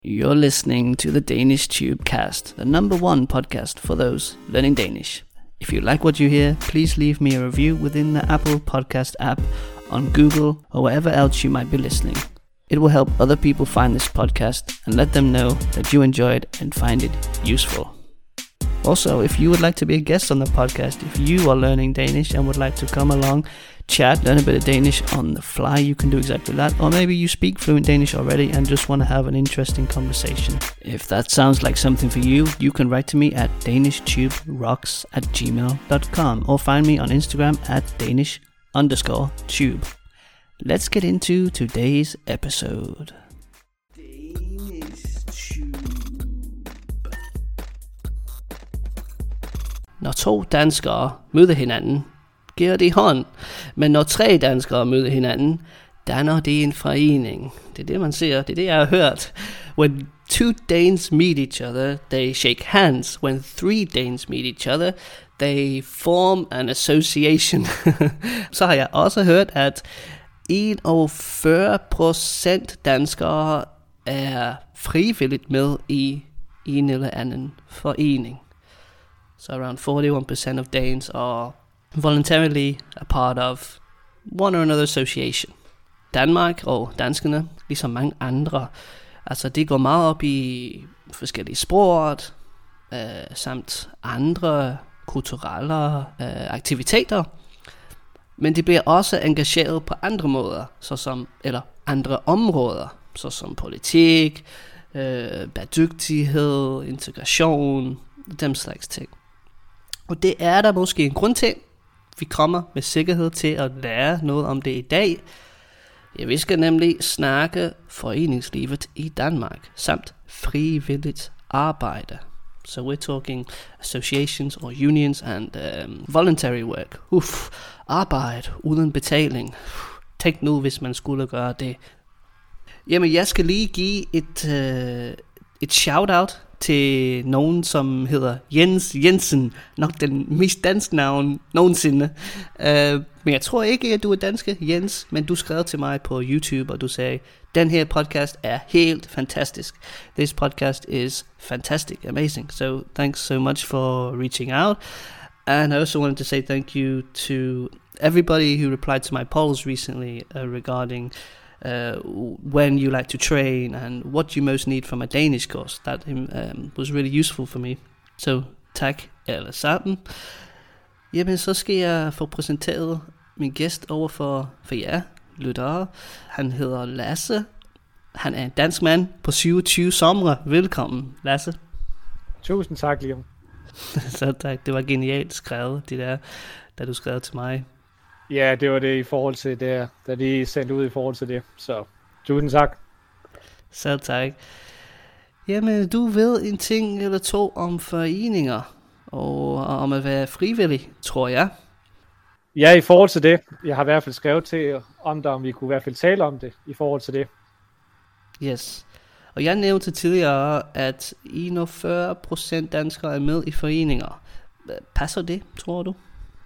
You're listening to the Danish Tubecast, the #1 podcast for those learning Danish. If you like what you hear, please leave me a review within the Apple Podcast app, on Google, or wherever else you might be listening. It will help other people find this podcast and let them know that you enjoy it and find it useful. Also, if you would like to be a guest on the podcast, if you are learning Danish and would like to come along, chat, learn a bit of Danish on the fly, you can do exactly that. Or maybe you speak fluent Danish already and just want to have an interesting conversation. If that sounds like something for you, you can write to me at danishtuberocks@gmail.com or find me on Instagram at Danish_tube. Let's get into today's episode. Danish Tube. Når 2 danskere møder hinanden, giver de hånd. Men når 3 danskere møder hinanden, danner de en forening. Det er det, man siger. Det er det, jeg har hørt. When 2 Danes meet each other, they shake hands. When 3 Danes meet each other, they form an association. Så har jeg også hørt, at 41% danskere er frivilligt med i en eller anden forening. So around 41% of Danes are voluntarily a part of one or another association. Danmark og danskerne, ligesom mange andre, altså de går meget op i forskellige sport, samt andre kulturelle aktiviteter, men de bliver også engageret på andre måder, eller andre områder, såsom politik, bæredygtighed, integration, dem slags ting. Og det er der måske en grund til. Vi kommer med sikkerhed til at lære noget om det i dag. Ja, vi skal nemlig snakke foreningslivet i Danmark, samt frivilligt arbejde. So we're talking associations or unions and voluntary work. Arbejde uden betaling. Tænk nu, hvis man skulle gøre det. Jamen, jeg skal lige give et shout-out til nogen, som hedder Jens Jensen. Nok den mest danske navn nogensinde. Men jeg tror ikke, at du er danske, Jens. Men du skrev til mig på YouTube, og du sagde, den her podcast er helt fantastisk. This podcast is fantastic, amazing. So thanks so much for reaching out. And I also wanted to say thank you to everybody who replied to my polls recently regarding when you like to train and what you most need from a Danish course. That was really useful for me. So tak alle sammen. Jamen, så skal jeg få præsenteret min gæst over for jer lyttere. Han hedder Lasse. Han er en dansk mand på 27 somre. Velkommen, Lasse. Tusind tak, Liam. Så tak, det var genialt skrevet, det der, da du skrev til mig. Ja, det var det i forhold til det, da de sendte ud i forhold til det. Så tusind tak. Selv tak. Jamen, du ved en ting eller to om foreninger og om at være frivillig, tror jeg. Ja, i forhold til det. Jeg har i hvert fald skrevet til om det, om vi kunne i hvert fald tale om det i forhold til det. Yes. Og jeg nævnte tidligere, at 41% danskere er med i foreninger. Passer det, tror du?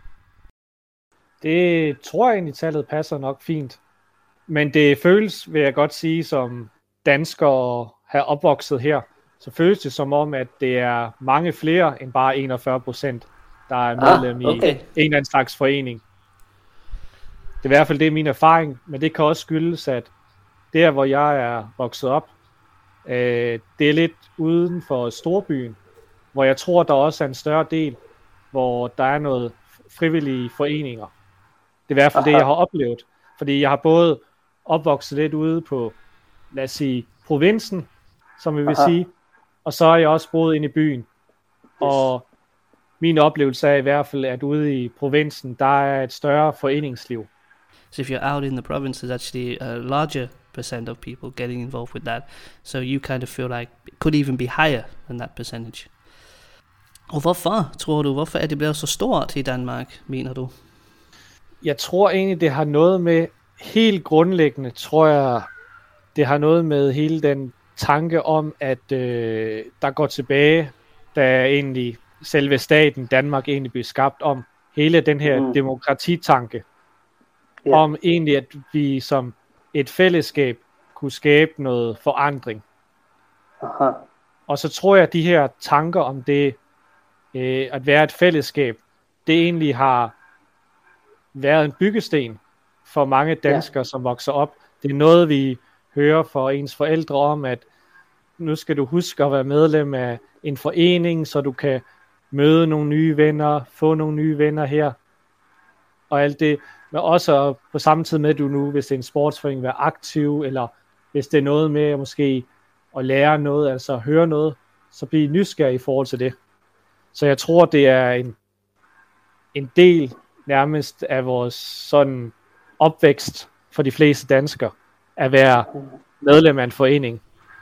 Det tror jeg egentlig, tallet passer nok fint. Men det føles, vil jeg godt sige, som danskere har opvokset her, så føles det som om, at det er mange flere end bare 41%, der er medlem i en eller anden slags forening. Det er i hvert fald det min erfaring, men det kan også skyldes, at der, hvor jeg er vokset op, det er lidt uden for storbyen, hvor jeg tror, der også er en større del, hvor der er noget frivillige foreninger. Det er i hvert fald det, jeg har oplevet. Fordi jeg har både opvokset lidt ude på, lad os sige, provinsen, som vi vil sige, og så har jeg også boet inde i byen. Yes. Og min oplevelse er i hvert fald, at ude i provinsen, der er et større foreningsliv. So if you're out in the province, there's actually a larger percent of people getting involved with that. So you kind of feel like it could even be higher than that percentage. Og hvorfor, tror du? Hvorfor er det blevet så stort i Danmark, mener du? Jeg tror egentlig, det har noget med, helt grundlæggende, tror jeg, det har noget med hele den tanke om, at der går tilbage, da egentlig selve staten Danmark egentlig blev skabt, om hele den her demokratitanke. Om egentlig, at vi som et fællesskab kunne skabe noget forandring. Aha. Og så tror jeg, at de her tanker om det, at være et fællesskab, det egentlig har været en byggesten for mange danskere, som vokser op. Det er noget, vi hører fra ens forældre om, at nu skal du huske at være medlem af en forening, så du kan møde nogle nye venner, få nogle nye venner her, og alt det. Men også på samme tid med, at du nu, hvis det er en sportsforening, være aktiv, eller hvis det er noget med måske at lære noget, altså høre noget, så blive nysgerrig i forhold til det. Så jeg tror, det er en del nærmest af vores sådan opvækst for de fleste danskere, at være medlem af en forening.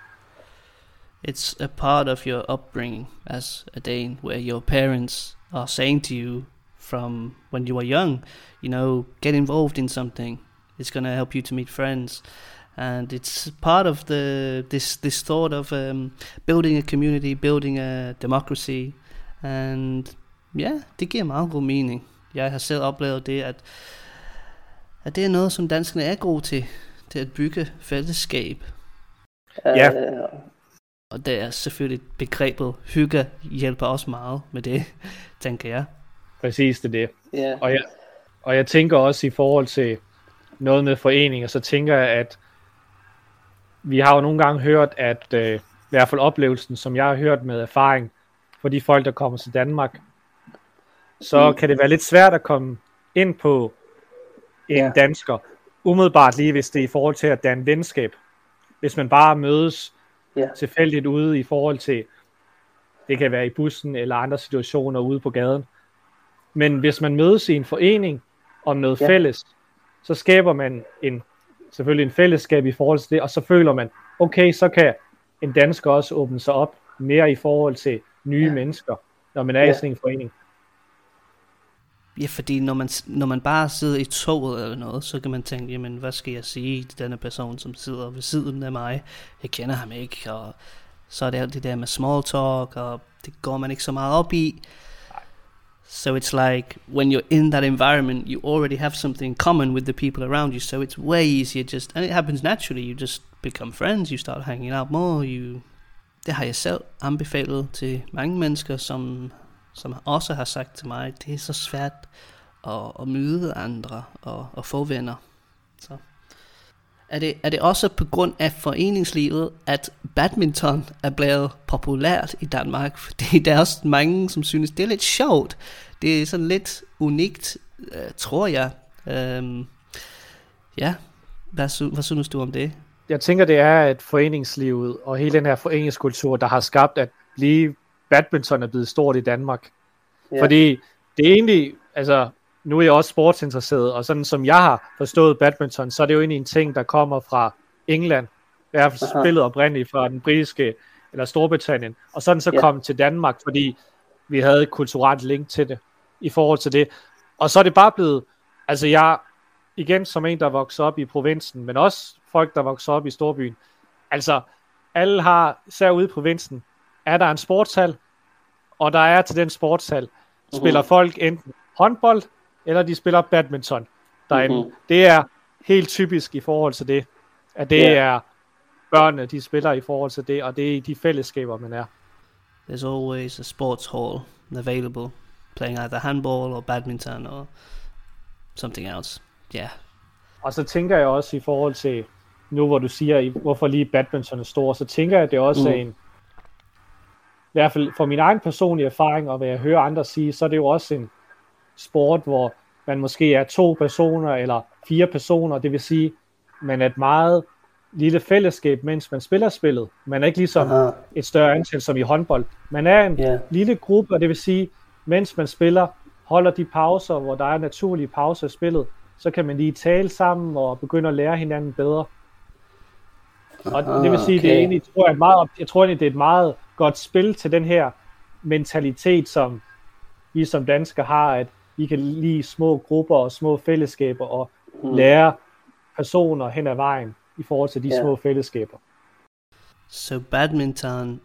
It's a part of your upbringing as a Dane, where your parents are saying to you from when you were young, get involved in something. It's going to help you to meet friends. And it's part of this thought of building a community, building a democracy. And det giver meget god mening. Jeg har selv oplevet det, at det er noget, som danskerne er gode til at bygge fællesskab. Ja. Og det er selvfølgelig begrebet hygge hjælper også meget med det, tænker jeg. Præcis det. Yeah. Og jeg tænker også i forhold til noget med foreninger, så tænker jeg, at vi har jo nogle gange hørt, at i hvert fald oplevelsen, som jeg har hørt med erfaring for de folk, der kommer til Danmark, så kan det være lidt svært at komme ind på en dansker, umiddelbart lige hvis det er i forhold til at danne venskab. Hvis man bare mødes tilfældigt ude i forhold til, det kan være i bussen eller andre situationer ude på gaden. Men hvis man mødes i en forening om noget fælles, så skaber man selvfølgelig en fællesskab i forhold til det, og så føler man, okay, så kan en dansker også åbne sig op mere i forhold til nye mennesker, når man er i sådan en forening. Ja, fordi når man bare sidder i toget eller noget, så kan man tænke, jamen hvad skal jeg sige til denne person, som sidder ved siden af mig? Jeg kender ham ikke, og så er det alt det der med small talk, og det går man ikke så meget op i. So it's like when you're in that environment, you already have something in common with the people around you, so it's way easier and it happens naturally. You just become friends, you start hanging out more. Det har jeg selv anbefalet til mange mennesker, som også har sagt til mig, at det er så svært at møde andre og få venner. Så. Er det også på grund af foreningslivet, at badminton er blevet populært i Danmark? Fordi der er også mange, som synes, det er lidt sjovt. Det er sådan lidt unikt, tror jeg. Hvad synes du om det? Jeg tænker, det er, at foreningslivet og hele den her foreningskultur, der har skabt, at lige badminton er blevet stort i Danmark. Fordi det er egentlig, altså nu er jeg også sportsinteresseret, og sådan som jeg har forstået badminton, så er det jo egentlig en ting, der kommer fra England. Det er spillet oprindeligt fra den britiske, eller Storbritannien, og sådan så kom til Danmark, fordi vi havde et kulturelt link til det, i forhold til det. Og så er det bare blevet, altså jeg, igen som en, der vokser op i provinsen, men også folk, der vokser op i storbyen, altså alle har, især ude i provinsen, er der en sportshal, og der er til den sportshal, spiller folk enten håndbold, eller de spiller badminton derinde. Det er helt typisk i forhold til det, at det er børnene, de spiller i forhold til det, og det er i de fællesskaber, man er. There's always a sports hall available, playing either handball or badminton or something else. Og så tænker jeg også i forhold til, nu hvor du siger, hvorfor lige badminton er stor, så tænker jeg, at det også er i hvert fald for min egen personlige erfaring, og hvad jeg hører andre sige, så er det jo også en sport, hvor man måske er 2 personer eller 4 personer, det vil sige, man er et meget lille fællesskab, mens man spiller spillet. Man er ikke ligesom et større antal som i håndbold. Man er en lille gruppe, og det vil sige, mens man spiller, holder de pauser, hvor der er naturlige pauser i spillet, så kan man lige tale sammen og begynde at lære hinanden bedre. Og det vil sige, det er egentlig, jeg tror egentlig, det er et meget godt spil til den her mentalitet, som vi som danskere har, at vi kan lide små grupper og små fællesskaber og lære personer hen ad vejen i forhold til de små fællesskaber. So badminton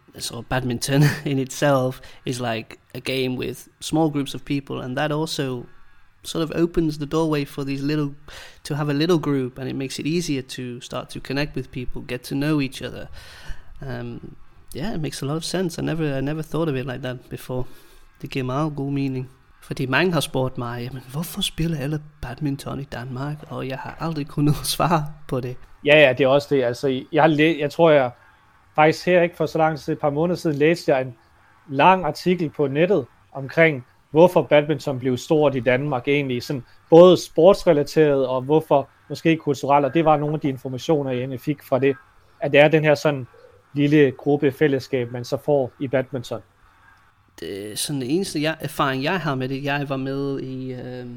in itself is like a game with small groups of people, and that also sort of opens the doorway for to have a little group, and it makes it easier to start to connect with people, get to know each other. Yeah, it makes a lot of sense. I never thought of it like that before. Det giver meget god mening. Fordi mange har spurgt mig, jamen, hvorfor spiller alle badminton i Danmark? Og jeg har aldrig kunnet svare på det. Ja, det er også det. Altså, jeg tror, jeg faktisk her ikke for så lang tid, et par måneder siden, læste jeg en lang artikel på nettet omkring, hvorfor badminton blev stort i Danmark egentlig. Sådan, både sportsrelateret og hvorfor måske kulturelt. Og det var nogle af de informationer, jeg egentlig fik fra det. At det er den her sådan lille gruppe fællesskab, man så får i badminton. Det er sådan den eneste erfaring, jeg har med det. Jeg var med i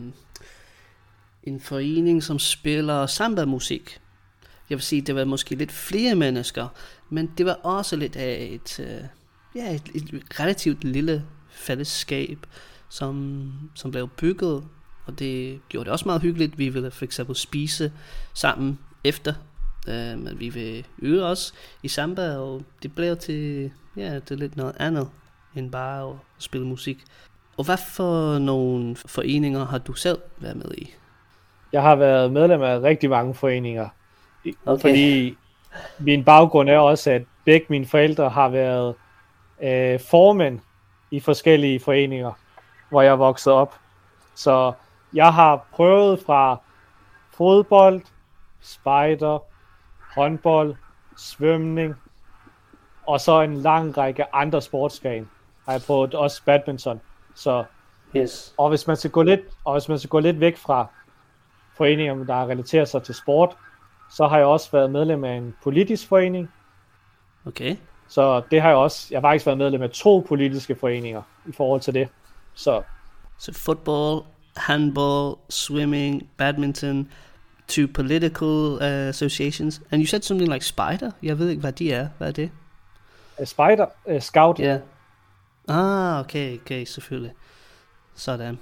en forening, som spiller samba-musik. Jeg vil sige, det var måske lidt flere mennesker, men det var også lidt af et relativt lille fællesskab, som blev bygget, og det gjorde det også meget hyggeligt. Vi ville for eksempel spise sammen efter, men vi vil øve os i samba, og det blev til, det er lidt noget andet end bare at spille musik. Og hvad for nogle foreninger har du selv været med i? Jeg har været medlem af rigtig mange foreninger, fordi min baggrund er også, at begge mine forældre har været formænd i forskellige foreninger, hvor jeg voksede op. Så jeg har prøvet fra fodbold, spejder, håndbold, svømning, og så en lang række andre sportsgrene. Har jeg prøvet også badminton. Så, yes. Og hvis man skal gå lidt væk fra foreninger, der relaterer sig til sport, så har jeg også været medlem af en politisk forening. Okay. Så det har jeg også. Jeg har faktisk været medlem af 2 politiske foreninger i forhold til det. Så football, handball, swimming, badminton, 2 political associations. And you said something like Spider? Jeg ved ikke, hvad de er. Hvad er det? Spider? Scout? Ja. Yeah. Okay, selvfølgelig. Sådan.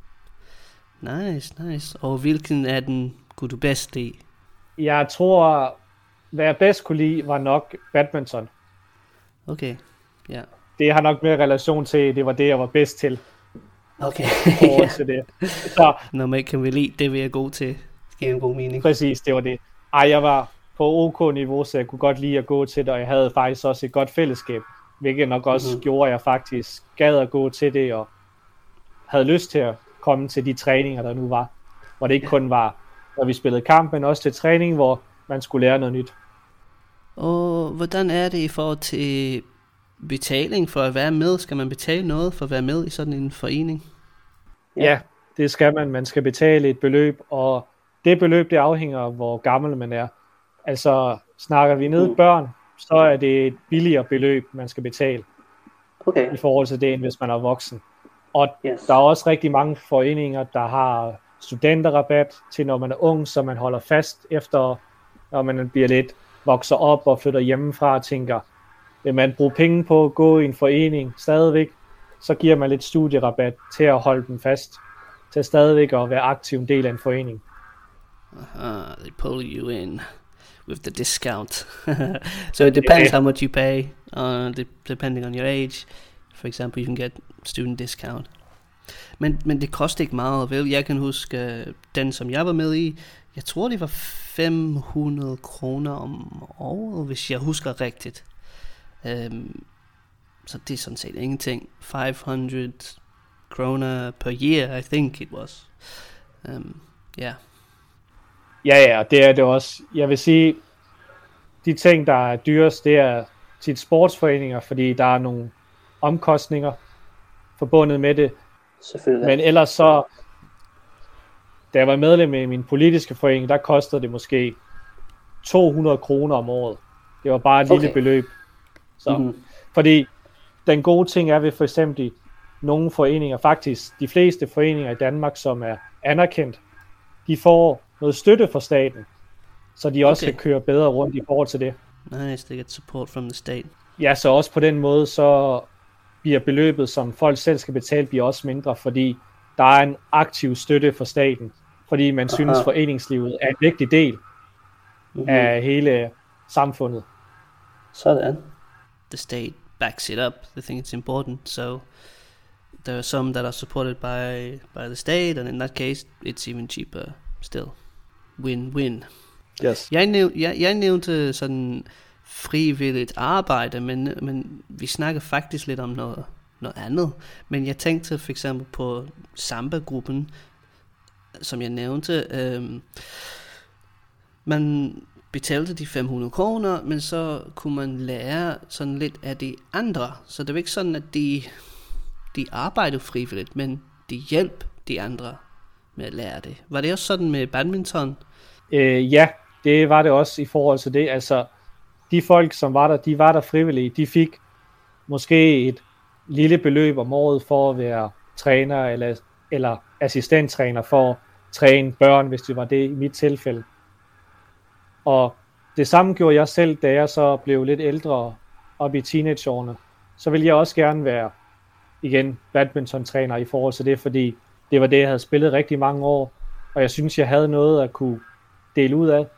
Nice. Og hvilken af den kunne du bedst lide? Jeg tror, hvad jeg bedst kunne lide, var nok badminton. Okay, ja. Yeah. Det har nok mere relation til, det var det, jeg var bedst til. Okay. Til det. Så, når man kan vel lide, det vil jeg gå til. Det giver en god mening. Præcis, det var det. Jeg var på OK-niveau, så jeg kunne godt lide at gå til det, og jeg havde faktisk også et godt fællesskab, hvilket nok også gjorde, at jeg faktisk gad at gå til det, og havde lyst til at komme til de træninger, der nu var. Hvor det ikke kun var, når vi spillede kamp, men også til træning, hvor man skulle lære noget nyt. Og hvordan er det i forhold til betaling for at være med? Skal man betale noget for at være med i sådan en forening? Ja, det skal man. Man skal betale et beløb, og det beløb, det afhænger af, hvor gammel man er. Altså, snakker vi ned børn, så er det et billigere beløb, man skal betale. Okay. I forhold til det, end hvis man er voksen. Og der er også rigtig mange foreninger, der har studenterrabat til, når man er ung, så man holder fast efter, når man bliver lidt vokser op og flytter hjemmefra og tænker, vil man bruge penge på at gå i en forening stadigvæk, så giver man lidt studierabat til at holde dem fast, til stadigvæk at være aktiv en del af en forening. They pull you in with the discount. So it depends how much you pay, depending on your age. For example, you can get student discount. Men det koster ikke meget, vel? Jeg kan huske, den som jeg var med i, jeg tror det var 500 kroner om året, hvis jeg husker rigtigt. Så det er sådan set ingenting. 500 kroner per year, I think it was. Yeah. Ja, det er det også. Jeg vil sige, de ting, der er dyrest, det er tit sportsforeninger, fordi der er nogle omkostninger forbundet med det. Selvfølgelig. Men ellers så, da jeg var medlem i min politiske forening, der kostede det måske 200 kroner om året. Det var bare et lille beløb. Så, fordi den gode ting er ved for eksempel nogle foreninger, faktisk de fleste foreninger i Danmark, som er anerkendt, de får noget støtte fra staten, så de også kan køre bedre rundt i forhold til det. Nice, they get support from the state. Ja, så også på den måde, så bliver beløbet, som folk selv skal betale, bliver også mindre, fordi der er en aktiv støtte fra staten, fordi man synes, foreningslivet er en vigtig del af hele samfundet. Sådan. The state backs it up. They think it's important, so there are some that are supported by the state, and in that case, it's even cheaper still. Win-win. Yes. Jeg nævnte sådan frivilligt arbejde, men vi snakker faktisk lidt om noget andet. Men jeg tænkte for eksempel på Samba-gruppen, som jeg nævnte. Man betalte de 500 kroner, men så kunne man lære sådan lidt af de andre. Så det var ikke sådan, at de arbejdede frivilligt, men de hjalp de andre med at lære det. Var det også sådan med badminton? Ja, det var det også i forhold til det. Altså, de folk, som var der, de var der frivillige. De fik måske et lille beløb om året for at være træner eller assistenttræner for at træne børn, hvis det var det i mit tilfælde. Og det samme gjorde jeg selv, da jeg så blev lidt ældre op i teenageårene. Så ville jeg også gerne være igen badmintontræner i forhold til det, fordi det var det, jeg havde spillet rigtig mange år, og jeg synes, jeg havde noget at kunne dele ud af.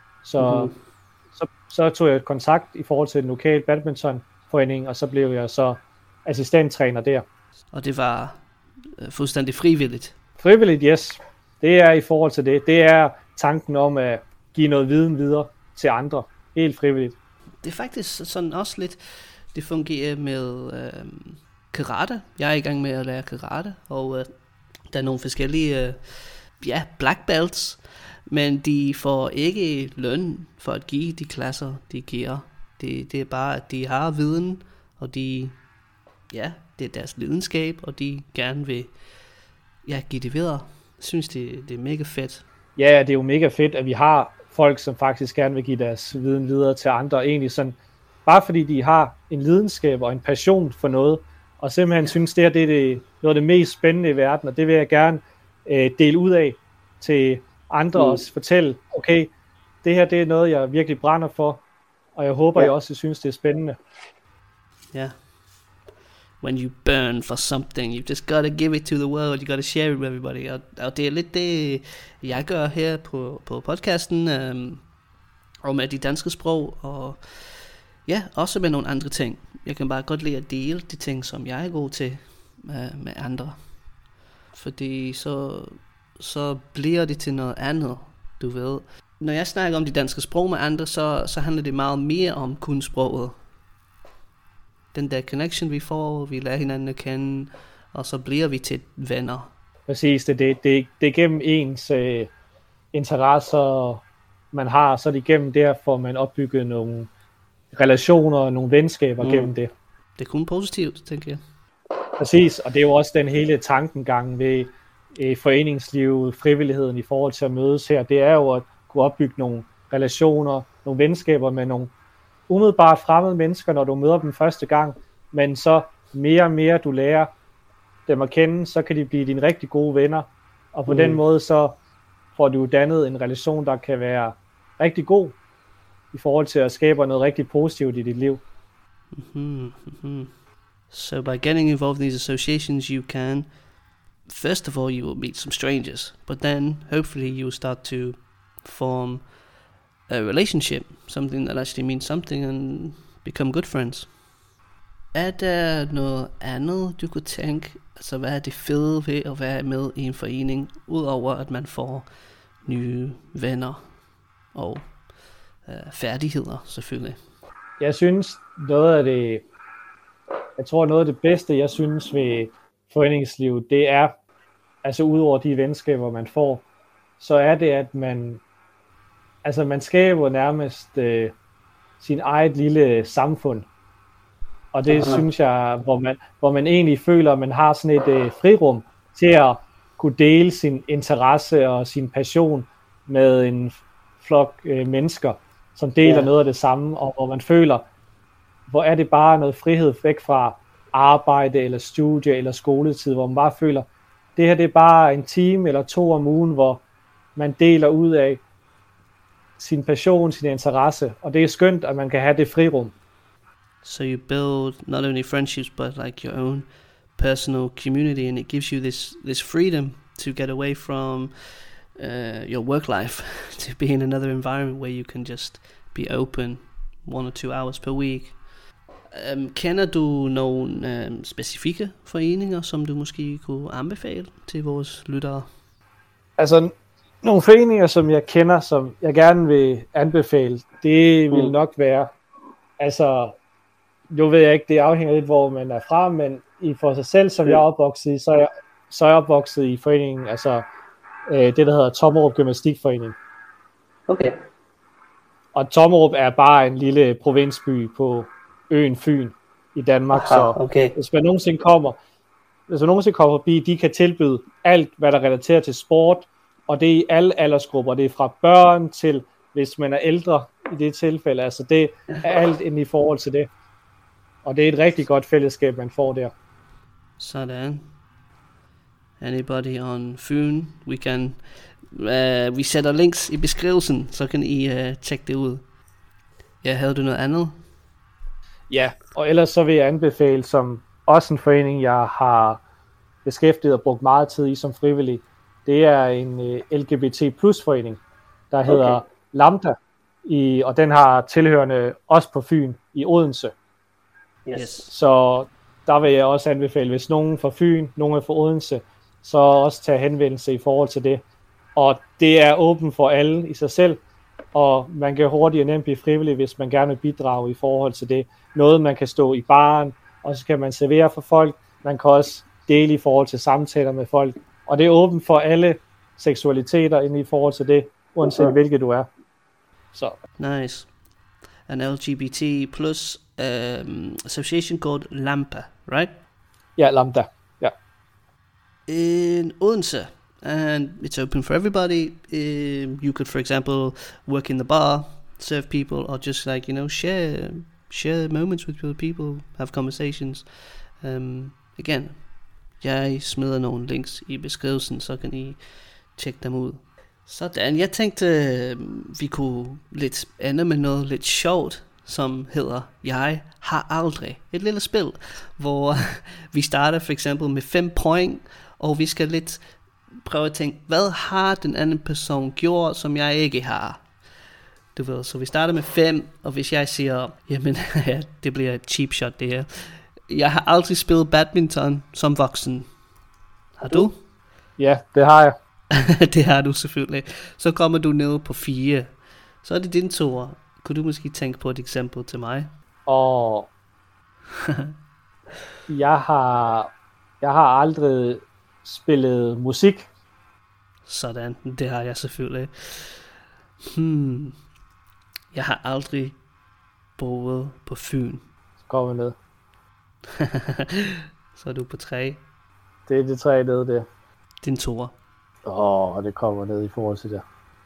Så tog jeg kontakt i forhold til den lokale badmintonforening, og så blev jeg så assistenttræner der. Og det var fuldstændig frivilligt? Frivilligt, yes. Det er i forhold til det. Det er tanken om at give noget viden videre til andre. Helt frivilligt. Det er faktisk sådan også lidt, det fungerer med karate. Jeg er i gang med at lære karate, og der er nogle forskellige black belts, men de får ikke løn for at give de klasser, de giver. Det er bare, at de har viden, og det er deres lidenskab, og de gerne vil give det videre. Jeg synes, det er mega fedt. Ja, det er jo mega fedt, at vi har folk, som faktisk gerne vil give deres viden videre til andre. Egentlig sådan, bare fordi de har en lidenskab og en passion for noget, og simpelthen synes, det er noget af det mest spændende i verden, og det vil jeg gerne dele ud af til andre og fortælle, okay, det her det er noget, jeg virkelig brænder for, og jeg håber, jeg også synes, det er spændende. Ja. When you burn for something, you just gotta give it to the world, you gotta share it with everybody. Og det er lidt det, jeg gør her på podcasten, og med de danske sprog, og også med nogle andre ting. Jeg kan bare godt lide at dele de ting, som jeg er god til med andre. Fordi så bliver det til noget andet, du ved. Når jeg snakker om de danske sprog med andre, så handler det meget mere om kun sproget. Den der connection vi får, vi lærer hinanden at kende, og så bliver vi til venner. Præcis, det er gennem ens interesser, man har, så er det gennem derfor, man opbygger nogle relationer og nogle venskaber gennem det. Det er kun positivt, tænker jeg. Præcis, og det er jo også den hele tankengang ved foreningslivet, frivilligheden i forhold til at mødes her. Det er jo at kunne opbygge nogle relationer, nogle venskaber med nogle umiddelbart fremmede mennesker, når du møder dem første gang, men så mere og mere du lærer dem at kende, så kan de blive dine rigtig gode venner, og på den måde så får du dannet en relation, der kan være rigtig god i forhold til at skabe noget rigtig positivt i dit liv. So by getting involved in these associations, you can, first of all, you will meet some strangers, but then hopefully you will start to form a relationship, something that actually means something, and become good friends. Er der noget andet, du kunne tænke, altså hvad er det fede ved at være med i en forening, udover at man får nye venner og færdigheder selvfølgelig? Jeg synes noget af det bedste, jeg synes ved foreningslivet, det er, altså udover de venskaber man får, så er det, at man skaber nærmest sin eget lille samfund. Og det synes jeg, hvor man egentlig føler, at man har sådan et frirum til at kunne dele sin interesse og sin passion med en flok mennesker, som deler noget af det samme, og hvor man føler, hvor er det bare noget frihed væk fra arbejde eller studie eller skoletid, hvor man bare føler, det her det er bare en time eller 2 om ugen, hvor man deler ud af sin passion, sin interesse, og det er skønt, at man kan have det frirum. So you build not only friendships, but like your own personal community, and it gives you this freedom to get away from your work life, to be in another environment where you can just be open 1 or 2 hours per week. Kender du nogle specifikke foreninger, som du måske kunne anbefale til vores lyttere? Altså, nogle foreninger, som jeg kender, som jeg gerne vil anbefale, det vil nok være Altså, nu ved jeg ikke, det afhænger lidt, hvor man er fra, men for sig selv, som jeg er opvokset i, så er jeg opvokset i foreningen, altså det, der hedder Tommerup Gymnastikforening. Okay. Og Tommerup er bare en lille provinsby på øen Fyn i Danmark, så okay. hvis man nogensinde kommer forbi, de kan tilbyde alt, hvad der relaterer til sport, og det er i alle aldersgrupper. Det er fra børn til, hvis man er ældre i det tilfælde, altså det er alt ind i forhold til det. Og det er et rigtig godt fællesskab, man får der. Sådan. Anybody on Fyn, vi sætter links i beskrivelsen, så kan I tjekke det ud. Ja, havde du noget andet? Ja, og ellers så vil jeg anbefale, som også en forening, jeg har beskæftiget og brugt meget tid i som frivillig, det er en LGBT plus forening, der hedder Lambda, og den har tilhørende også på Fyn i Odense. Yes. Så der vil jeg også anbefale, hvis nogen fra Fyn, nogen er fra Odense, så også tage henvendelse i forhold til det. Og det er åbent for alle i sig selv, og man kan hurtigt og nemt blive frivillig, hvis man gerne vil bidrage i forhold til det. Noget, man kan stå i baren, og så kan man servere for folk. Man kan også dele i forhold til samtaler med folk. Og det er åbent for alle seksualiteter inden i forhold til det, uanset hvilket du er. Så. Nice. An LGBT plus association called Lampa, right? Ja, Lambda. Ja. In Odense, and it's open for everybody. You could, for example, work in the bar, serve people, or just share moments with other people, have conversations. Again, jeg smider nogle links i beskrivelsen, så kan I tjekke dem ud. Sådan, jeg tænkte, vi kunne lidt ende med noget lidt sjovt, som hedder Jeg har aldrig. Et lille spil, hvor vi starter for eksempel med 5 point, og vi skal lidt prøve at tænke, hvad har den anden person gjort, som jeg ikke har? Du ved, så vi starter med 5, og hvis jeg siger, jamen, ja, det bliver et cheap shot det her. Jeg har aldrig spillet badminton som voksen. Har du? Ja, det har jeg. Det har du selvfølgelig. Så kommer du ned på 4. Så er det din tur. Kunne du måske tænke på et eksempel til mig? Og jeg har aldrig spillet musik. Sådan, det har jeg selvfølgelig. Jeg har aldrig boet på Fyn. Så kommer vi ned. Så er du på 3. Det er det 3 ned der. Din tur. Det kommer ned i forhold til det.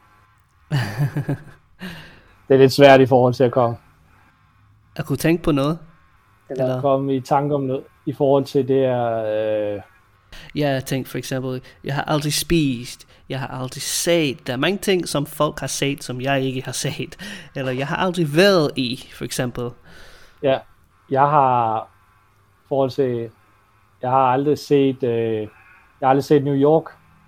Det er lidt svært i forhold til at komme. Jeg kunne tænke på noget. Eller komme i tanke om noget i forhold til det er... Ja, jeg tænkte for eksempel, jeg har aldrig spist, jeg har aldrig set. Der er mange ting, som folk har set, som jeg ikke har set. Eller jeg har aldrig været i, for eksempel. Ja, jeg har aldrig set New York.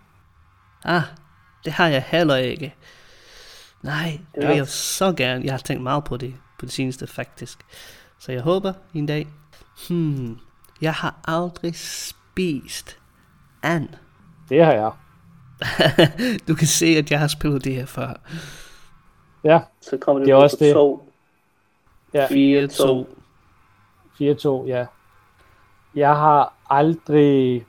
Det har jeg heller ikke. Nej, det vil jeg så gerne. Jeg har tænkt meget på det seneste faktisk. Så jeg håber en dag. Jeg har aldrig spist and. Det har jeg. Du kan se, at jeg har spillet det her før. Ja, så kommer det er også det. 2. Ja. 4-2. 4-2, ja. Jeg har aldrig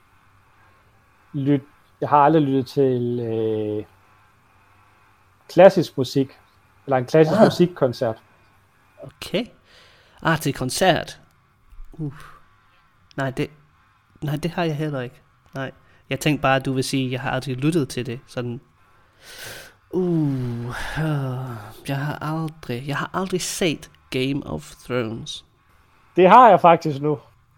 lyttet til klassisk musik, eller en klassisk musikkoncert. Okay. Til koncert. Nej, det har jeg heller ikke. Nej. Jeg tænkte bare, at du vil sige, at jeg har aldrig lyttet til det. Sådan. Jeg har aldrig set Game of Thrones. Det har jeg faktisk nu.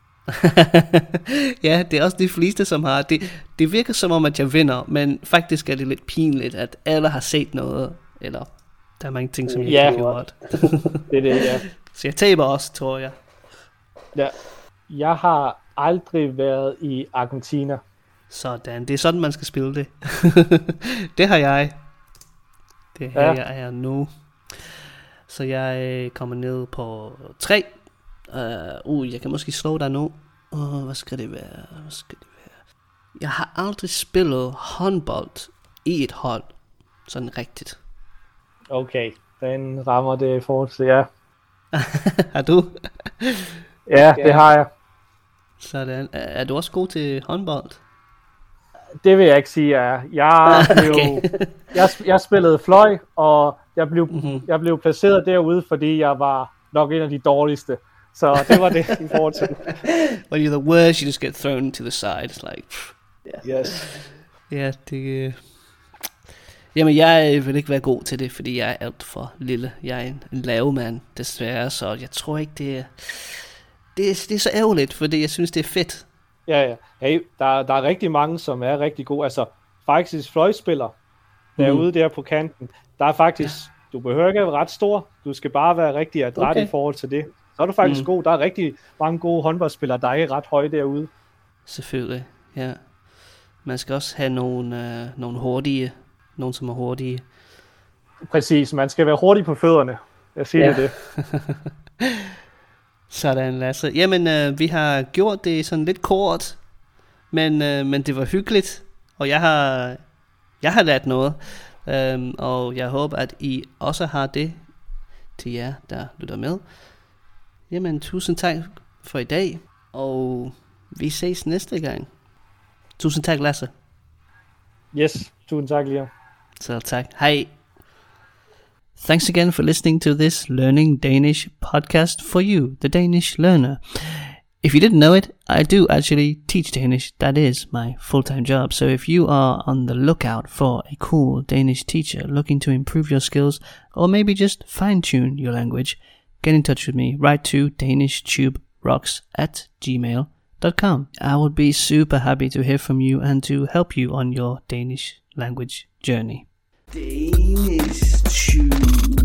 Ja, det er også de fleste, som har. Det virker som om, at jeg vinder, men faktisk er det lidt pinligt, at alle har set noget, eller der er mange ting, som jeg ikke har gjort. Det er det, ja. Så jeg taber også, tror jeg. Ja. Jeg har aldrig været i Argentina. Sådan, det er sådan, man skal spille det. Det har jeg. Det her jeg er nu. Så jeg kommer ned på 3. Jeg kan måske slå dig nu. Hvad skal det være? Jeg har aldrig spillet håndbold i et hold. Sådan rigtigt. Okay, den rammer det i forhold til, ja. Har du? Ja, det har jeg. Sådan. Er du også god til håndbold? Det vil jeg ikke sige, jeg er. Jeg spillede fløj, og jeg blev placeret derude, fordi jeg var nok en af de dårligste. Så det var det i forhold til det. When you're the worst, you just get thrown to the side. It's like... Yes. Ja, det... Jamen, jeg vil ikke være god til det, fordi jeg er alt for lille. Jeg er en lav mand, desværre, så jeg tror ikke, det er så ærgerligt, fordi jeg synes, det er fedt. Ja. Hey, der er rigtig mange, som er rigtig gode. Altså, faktisk fløjspiller derude der på kanten, der er faktisk... Du behøver ikke være ret stor, du skal bare være rigtig adræt i forhold til det. Så er du faktisk god. Der er rigtig mange gode håndboldspillere, der er ret høje derude. Selvfølgelig, ja. Man skal også have nogle hurtige, nogen som er hurtige. Præcis, man skal være hurtig på fødderne. Jeg siger det. Sådan, Lasse. Jamen, vi har gjort det sådan lidt kort, men det var hyggeligt, og jeg har lært noget, og jeg håber, at I også har det til jer, der lytter med. Jamen, tusind tak for i dag, og vi ses næste gang. Tusind tak, Lasse. Yes, tusind tak, Liam. Så tak. Hej. Thanks again for listening to this Learning Danish podcast for you, the Danish learner. If you didn't know it, I do actually teach Danish. That is my full-time job. So if you are on the lookout for a cool Danish teacher looking to improve your skills, or maybe just fine-tune your language, get in touch with me. Write to danishtube.rocks@gmail.com. I would be super happy to hear from you and to help you on your Danish language journey. Danish Tube.